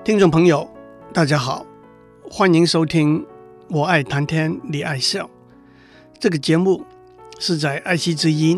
听众朋友，大家好，欢迎收听《我爱谈天你爱笑》这个节目，是在爱惜之音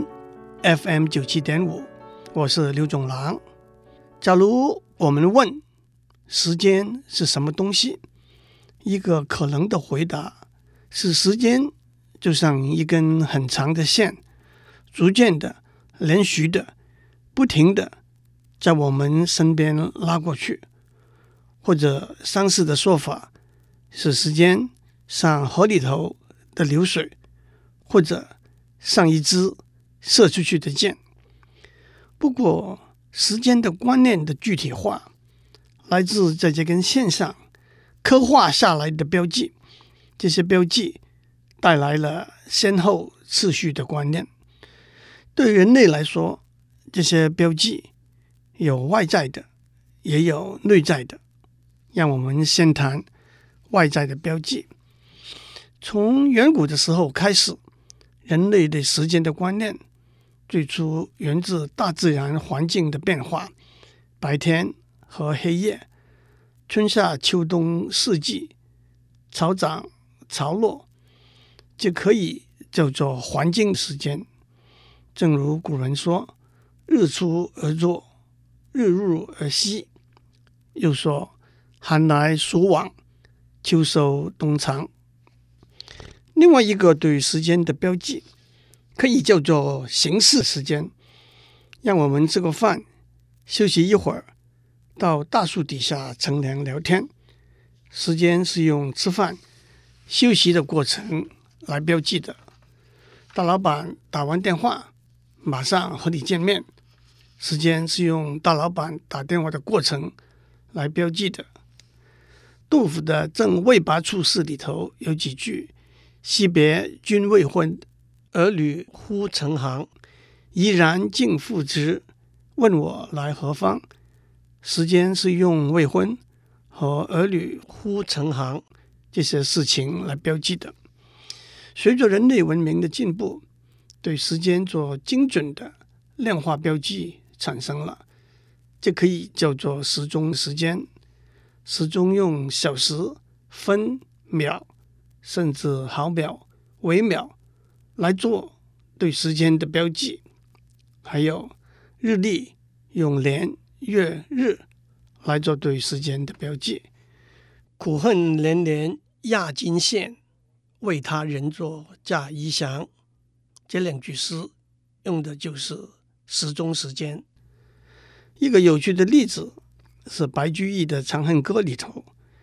FM97.5，我是刘总郎。假如我们问时间是什么东西，一个可能的回答是时间就像一根很长的线，逐渐的、连续的、不停的在我们身边拉过去。或者相似的说法是时间像河里头的流水，或者像一支射出去的箭。不过时间的观念的具体化来自在这根线上刻画下来的标记，这些标记带来了先后次序的观念。对人类来说，这些标记有外在的，也有内在的。让我们先谈外在的标记。从远古的时候开始，人类对时间的观念最初源自大自然环境的变化，白天和黑夜，春夏秋冬四季，潮涨潮落，就可以叫做环境时间。正如古人说，日出而作，日入而息，又说寒来暑往，秋收冬藏。另外一个对时间的标记可以叫做形式时间。让我们吃个饭，休息一会儿，到大树底下乘凉聊天，时间是用吃饭休息的过程来标记的。大老板打完电话马上和你见面，时间是用大老板打电话的过程来标记的。杜甫的《赠魏拔处士》里头有几句：惜别君未婚，儿女忽成行。怡然敬父职，问我来何方。时间是用未婚和儿女忽成行这些事情来标记的。随着人类文明的进步，对时间做精准的量化标记产生了，这可以叫做时钟时间。时钟用小时、分、秒，甚至毫秒、微秒来做对时间的标记。还有日历用年、月、日来做对时间的标记。苦恨连连压金线，为他人作嫁衣裳。这两句诗用的就是时钟时间。一个有趣的例子是白居易的《长恨歌》里头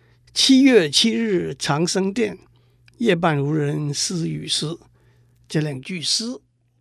，7月7日长生殿，夜半无人私语时。这两句诗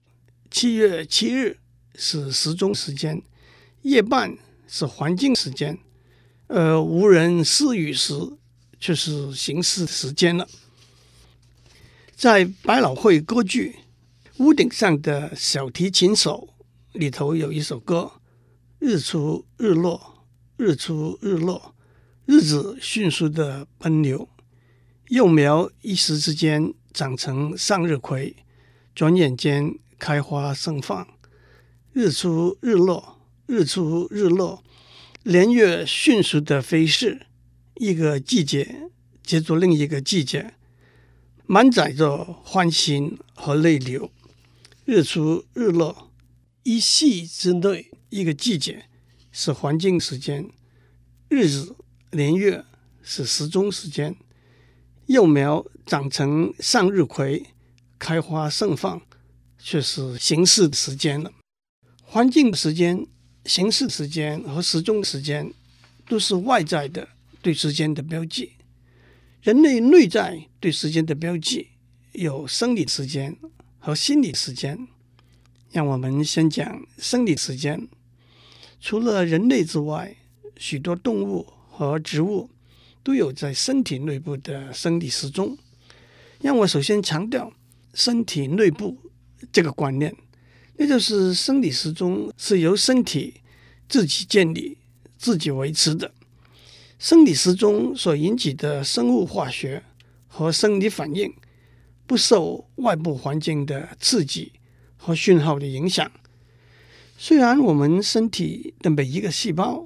，7月7日是时钟时间，夜半是环境时间，而无人私语时却是形式时间了。在百老汇歌剧《屋顶上的小提琴手》里头有一首歌，日出日落，日出日落，日子迅速的奔流，幼苗一时之间长成向日葵，转眼间开花盛放。日出日落，日出日落，年月迅速的飞逝，一个季节接着另一个季节，满载着欢欣和泪流。日出日落，一夕之内，一个季节是环境时间，日子、年月是时钟时间，幼苗长成向日葵，开花盛放，却是形式时间了。环境时间、形式时间和时钟时间都是外在的对时间的标记。人类内在对时间的标记有生理时间和心理时间。让我们先讲生理时间。除了人类之外，许多动物和植物都有在身体内部的生理时钟。让我首先强调身体内部这个观念，那就是生理时钟是由身体自己建立、自己维持的。生理时钟所引起的生物化学和生理反应，不受外部环境的刺激和讯号的影响。虽然我们身体的每一个细胞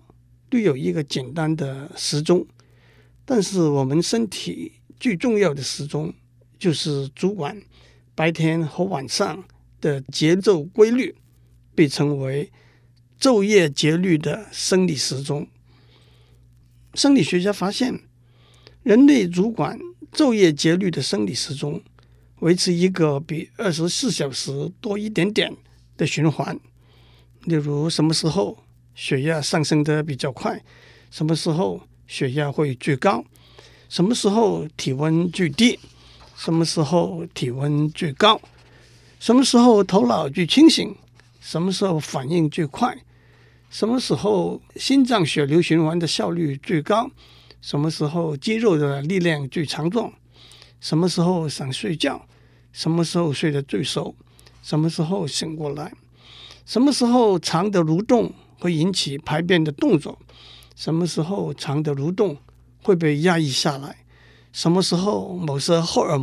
都有一个简单的时钟，但是我们身体最重要的时钟就是主管白天和晚上的节奏规律，被称为昼夜节律的生理时钟。生理学家发现，人类主管昼夜节律的生理时钟维持一个比24小时多一点点的循环。例如，什么时候血压上升得比较快，什么时候血压会最高，什么时候体温最低，什么时候体温最高，什么时候头脑最清醒，什么时候反应最快，什么时候心脏血流循环的效率最高，什么时候肌肉的力量最强壮，什么时候想睡觉，什么时候睡得最熟，什么时候醒过来，什么时候肠的蠕动会引起排便的动作，什么时候肠的蠕动会被压抑下来，什么时候某些荷尔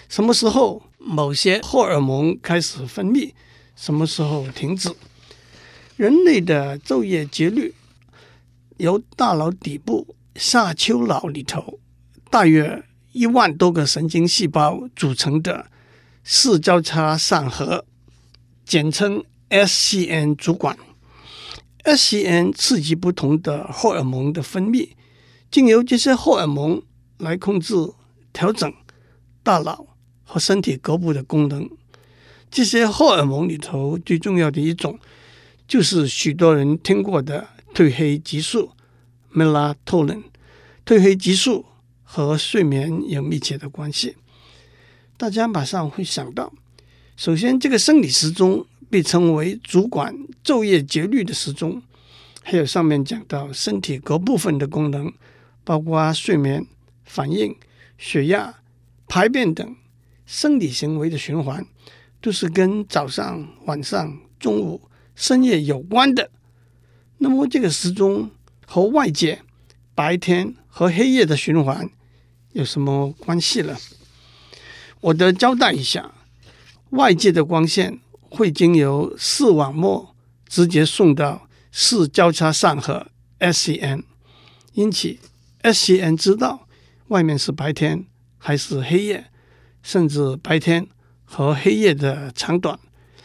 蒙开始分泌，什么时候停止。人类的昼夜节律由大脑底部下丘脑里头大约1万多个神经细胞组成的视交叉上核，简称 SCN 主管。SCN 刺激不同的荷尔蒙的分泌，经由这些荷尔蒙来控制、调整大脑和身体各部的功能。这些荷尔蒙里头最重要的一种，就是许多人听过的褪黑激素 melatonin。 褪黑激素和睡眠有密切的关系。大家马上会想到，首先这个生理时钟被称为主管昼夜节律的时钟，还有上面讲到身体各部分的功能，包括睡眠、反应、血压、排便等生理行为的循环，都是跟早上、晚上、中午、深夜有关的。那么这个时钟和外界白天和黑夜的循环有什么关系呢？我得交代一下，外界的光线会经由视网膜直接送到视交叉上核 SCN， 因此 SCN 知道外面是白天还是黑夜，甚至白天和黑夜的长短。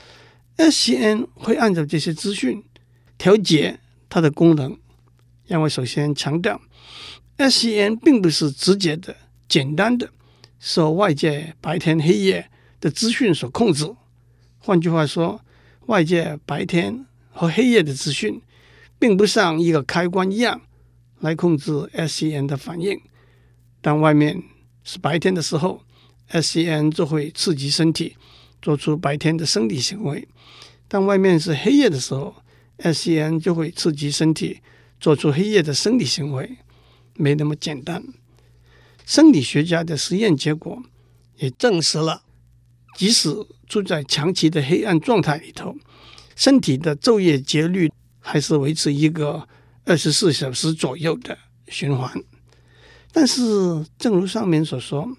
SCN 会按照这些资讯调节它的功能。让我首先强调， SCN 并不是直接的、简单的受外界白天黑夜的资讯所控制。换句话说，外界白天和黑夜的资讯并不像一个开关一样来控制 SCN 的反应。当外面是白天的时候， SCN 就会刺激身体做出白天的生理行为；当外面是黑夜的时候， SCN 就会刺激身体做出黑夜的生理行为。没那么简单。生理学家的实验结果也证实了，即使处在长期的黑暗状态里头，身体的昼夜节律还是维持一个24小时左右的循环。但是正如上面所说，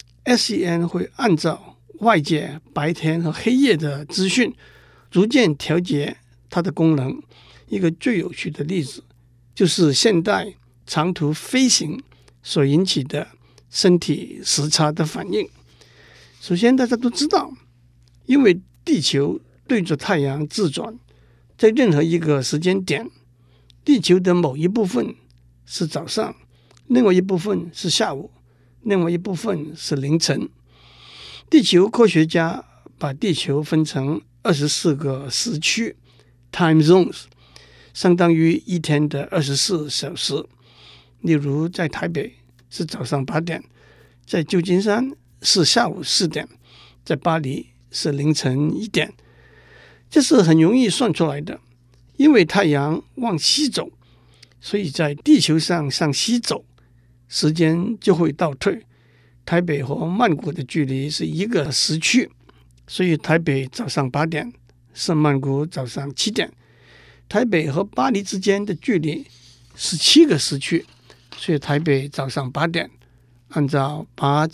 SCN 会按照外界白天和黑夜的资讯逐渐调节它的功能。一个最有趣的例子就是现代长途飞行所引起的身体时差的反应。首先大家都知道，因为地球对着太阳自转，在任何一个时间点，地球的某一部分是早上，另外一部分是下午，另外一部分是凌晨。地球科学家把地球分成24个时区 time zones， 相当于一天的24小时。例如在台北是早上8点，在旧金山是下午4点，在巴黎是凌晨1点。这是很容易算出来的，因为太阳往西走，所以在地球上向西走，时间就会倒退。台北和曼谷的距离是一个时区，所以台北早上8点是曼谷早上7点。台北和巴黎之间的距离是7个时区，所以台北早上8点，按照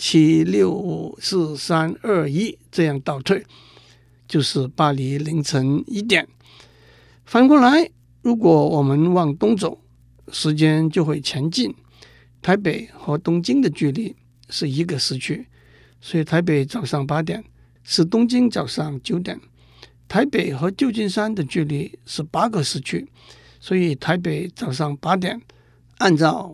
8、7、6、5、4、3、2、1这样倒退，就是巴黎凌晨1点。反过来，如果我们往东走， 时间就会前进。台北和东京的距离是1个时区，所以台北早上8点是东京早上9点。台北和旧金山的距离是8个时区，所以台北早上8点按照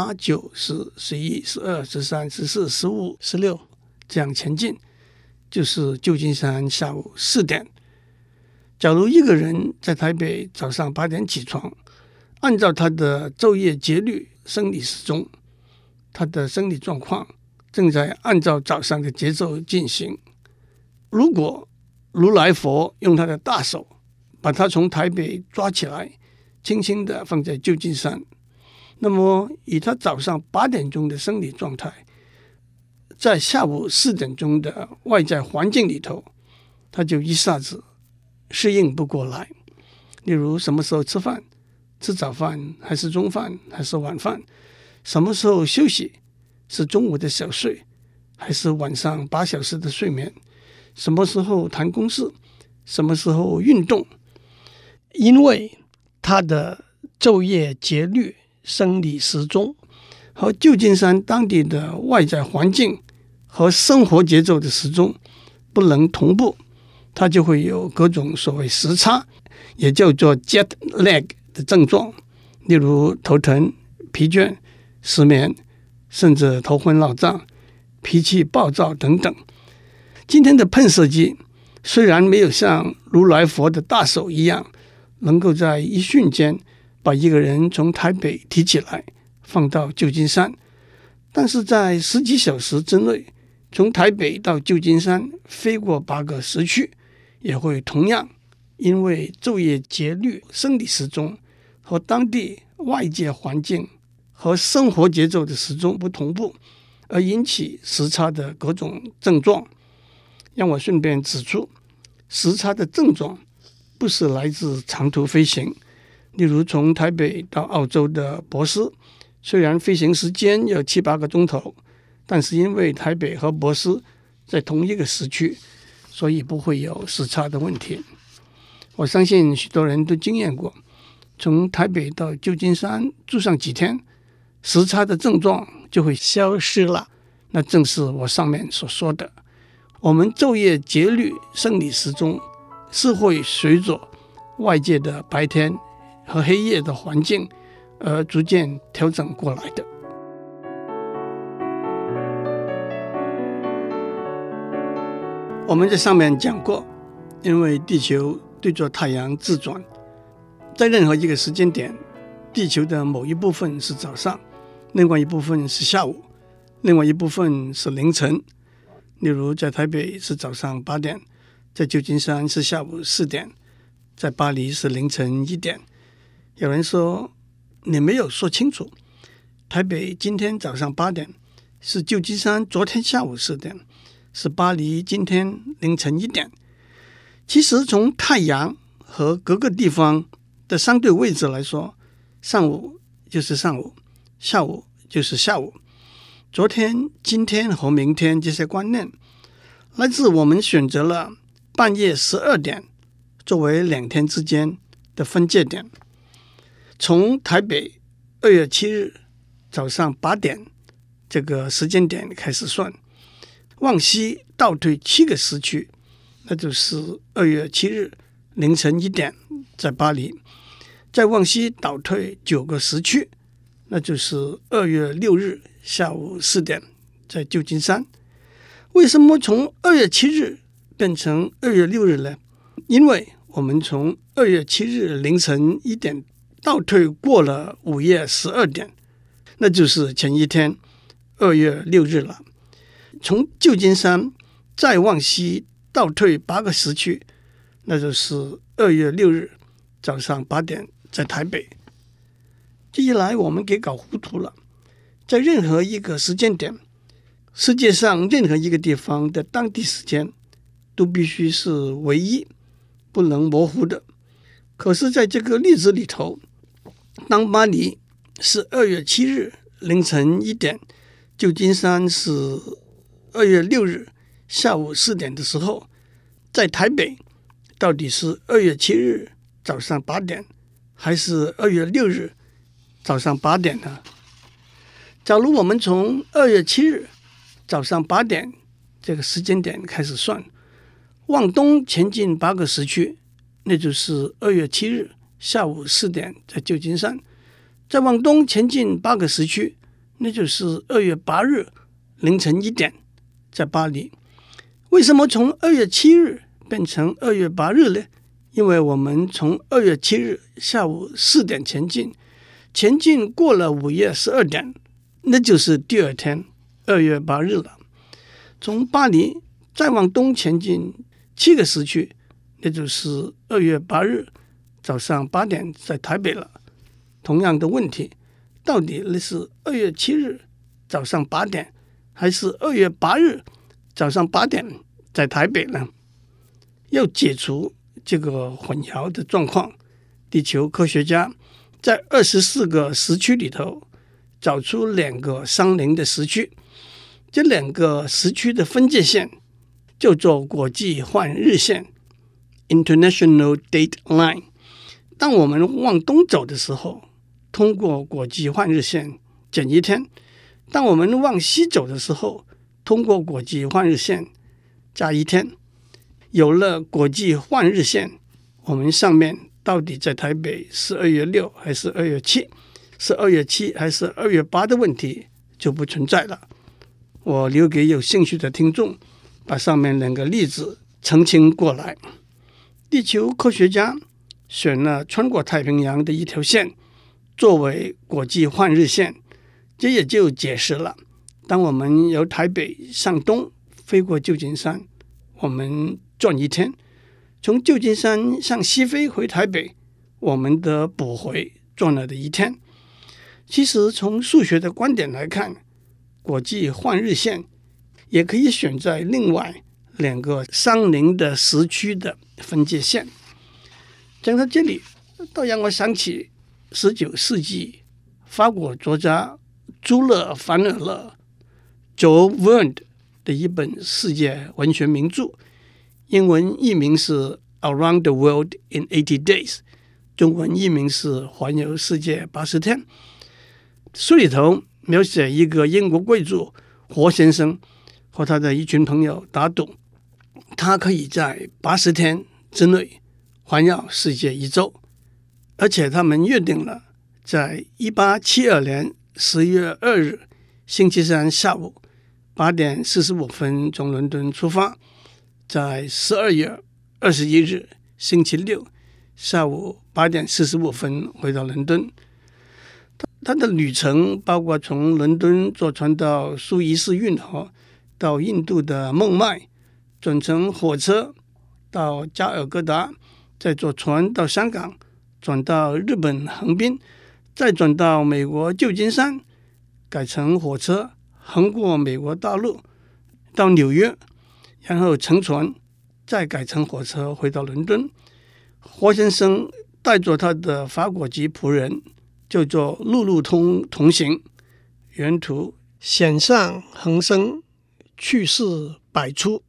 8、9、10、11、12、13、14、15、16这样前进，就是旧金山下午4点。假如一个人在台北早上8点起床，按照他的昼夜节律生理时钟，他的生理状况正在按照早上的节奏进行。如果如来佛用他的大手把他从台北抓起来，轻轻地放在旧金山，那么以他早上8点钟的生理状态，在下午4点钟的外在环境里头，他就一下子适应不过来。例如什么时候吃饭，吃早饭还是中饭还是晚饭，什么时候休息，是中午的小睡还是晚上8小时的睡眠，什么时候谈公事，什么时候运动。因为他的昼夜节律生理时钟和旧金山当地的外在环境和生活节奏的时钟不能同步，他就会有各种所谓时差，也叫做 jet lag 的症状，例如头疼、疲倦、失眠，甚至头昏脑胀、脾气暴躁等等。今天的喷射机虽然没有像如来佛的大手一样能够在一瞬间把一个人从台北提起来放到旧金山，但是在10几小时之内从台北到旧金山飞过8个时区，也会同样因为昼夜节律生理时钟和当地外界环境和生活节奏的时钟不同步而引起时差的各种症状。让我顺便指出，时差的症状不是来自长途飞行，例如从台北到澳洲的博斯，虽然飞行时间有7、8个钟头，但是因为台北和博斯在同一个时区，所以不会有时差的问题。我相信许多人都经验过，从台北到旧金山住上几天，时差的症状就会消失了。那正是我上面所说的，我们昼夜节律生理时钟是会随着外界的白天和黑夜的环境而逐渐调整过来的。我们在上面讲过，因为地球对着太阳自转，在任何一个时间点，地球的某一部分是早上，另外一部分是下午，另外一部分是凌晨。例如在台北是早上8点，在旧金山是下午4点，在巴黎是凌晨1点。有人说你没有说清楚，台北今天早上8点，是旧金山昨天下午4点，是巴黎今天凌晨1点。其实从太阳和各个地方的相对位置来说，上午就是上午，下午就是下午。昨天、今天和明天这些观念来自我们选择了半夜12点作为2天之间的分界点。从台北2月7日早上8点这个时间点开始算，往西倒退7个时区，那就是2月7日凌晨1点在巴黎，再往西倒退9个时区，那就是2月6日下午4点在旧金山。为什么从2月7日变成2月6日呢？因为我们从2月7日凌晨1点倒退过了午夜12点，那就是前一天2月6日了。从旧金山再往西倒退8个时区，那就是2月6日早上8点在台北。这一来我们给搞糊涂了，在任何一个时间点，世界上任何一个地方的当地时间都必须是唯一，不能模糊的。可是在这个例子里头，当巴黎是2月7日凌晨1点，旧金山是2月6日下午4点的时候，在台北到底是2月7日早上8点，还是2月6日早上8点呢？假如我们从2月7日早上8点这个时间点开始算，往东前进8个时区，那就是2月7日下午4点在旧金山，再往东前进8个时区，那就是2月8日凌晨1点在巴黎。为什么从2月7日变成2月8日呢？因为我们从2月7日下午4点前进过了午夜12点，那就是第二天2月8日了。从巴黎再往东前进7个时区，那就是2月8日早上8点在台北了。同样的问题，到底那是2月7日早上8点，还是2月8日早上8点在台北呢？要解除这个混淆的状况，地球科学家在24个时区里头找出2个相邻的时区，这2个时区的分界线叫做国际换日线 International Date Line。 当我们往东走的时候，通过国际换日线减1天；当我们往西走的时候，通过国际换日线加1天。有了国际换日线，我们上面到底在台北是2月6还是2月7，是2月7还是2月8的问题就不存在了。我留给有兴趣的听众把上面2个例子澄清过来。地球科学家选了穿过太平洋的一条线作为国际换日线，这也就解释了当我们由台北向东飞过旧金山，我们转1天；从旧金山向西飞回台北，我们的补回转了的1天。其实从数学的观点来看，国际换日线也可以选在另外2个相邻的时区的分界线。讲到这里，倒让我想起19世纪法国作家朱勒·凡尔勒 Jules Verne 的一本世界文学名著，英文译名是 Around the World in 80 Days， 中文译名是环游世界80天。书里头描写一个英国贵族活先生和他的一群朋友打赌，他可以在80天之内环绕世界1周，而且他们约定了在1872年11月2日星期三下午8点45分从伦敦出发，在12月21日星期六下午8点45分回到伦敦。他的旅程包括从伦敦坐船到苏伊士运河，到印度的孟买，转乘火车到加尔各答，再坐船到香港，转到日本横滨，再转到美国旧金山，改乘火车横过美国大陆到纽约，然后乘船再改乘火车回到伦敦。活先生带着他的法国籍仆人叫做路路通同行，沿途险象横生，趣事百出，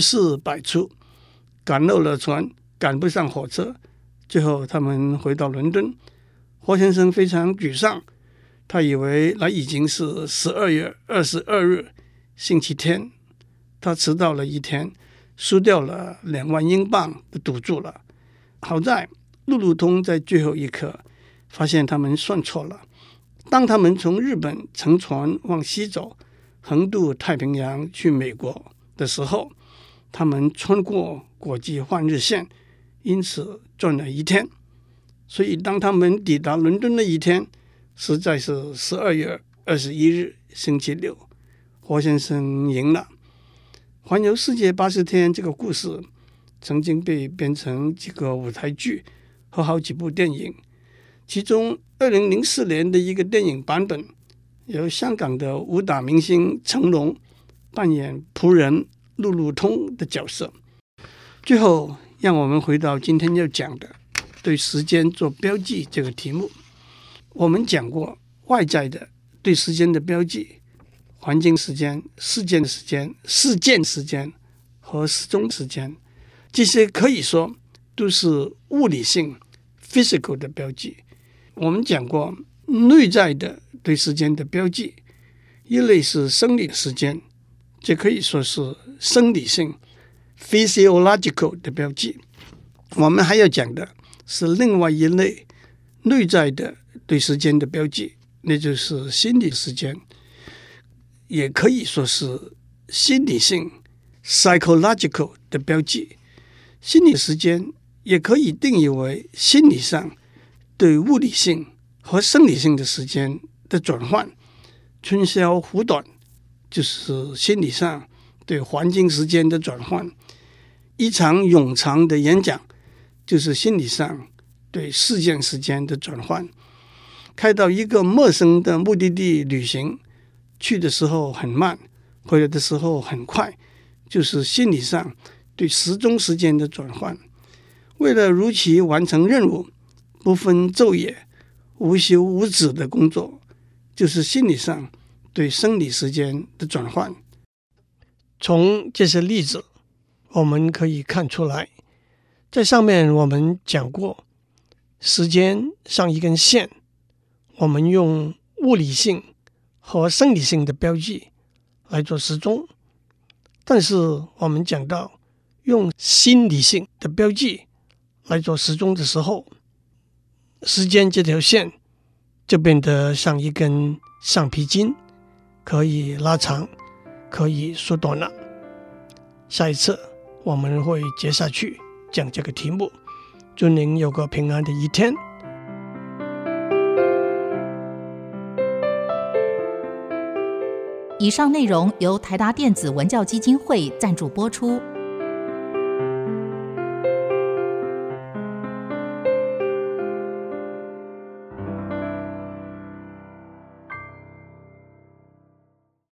赶漏了船，赶不上火车，最后他们回到伦敦。活先生非常沮丧，他以为那已经是12月22日星期天，他迟到了1天，输掉了2万英镑的赌注了。好在路路通在最后一刻发现他们算错了。当他们从日本乘船往西走，横渡太平洋去美国的时候，他们穿过国际换日线，因此转了1天。所以当他们抵达伦敦的1天实在是12月21日星期六，活先生赢了。环游世界80天这个故事曾经被编成几个舞台剧和好几部电影，其中2004年的一个电影版本由香港的武打明星成龙扮演仆人路路通的角色。最后让我们回到今天要讲的对时间做标记这个题目。我们讲过外在的对时间的标记，环境时间、事件时间、事件时间和时钟时间，这些可以说都是物理性 physical 的标记。 我们讲过，内在的对时间的标记，一类是生理的时间，这可以说是生理性 physiological 的标记。我们还要讲的是另外一类内在的对时间的标记，那就是心理时间，也可以说是心理性 psychological 的标记。心理时间也可以定义为心理上对物理性和生理性的时间的转换。春宵苦短就是心理上对环境时间的转换，一场冗长的演讲就是心理上对事件时间的转换。开到一个陌生的目的地旅行，去的时候很慢，回来的时候很快，就是心理上对时钟时间的转换。为了如期完成任务，不分昼夜，无休无止的工作，就是心理上对生理时间的转换。从这些例子我们可以看出来，在上面我们讲过，时间像一根线，我们用物理性和生理性的标记来做时钟，但是我们讲到用心理性的标记来做时钟的时候，时间这条线就变得像一根橡皮筋，可以拉长，可以缩短了。下一次我们会接下去讲这个题目。祝您有个平安的一天。 以上内容由台达电子文教基金会赞助播出。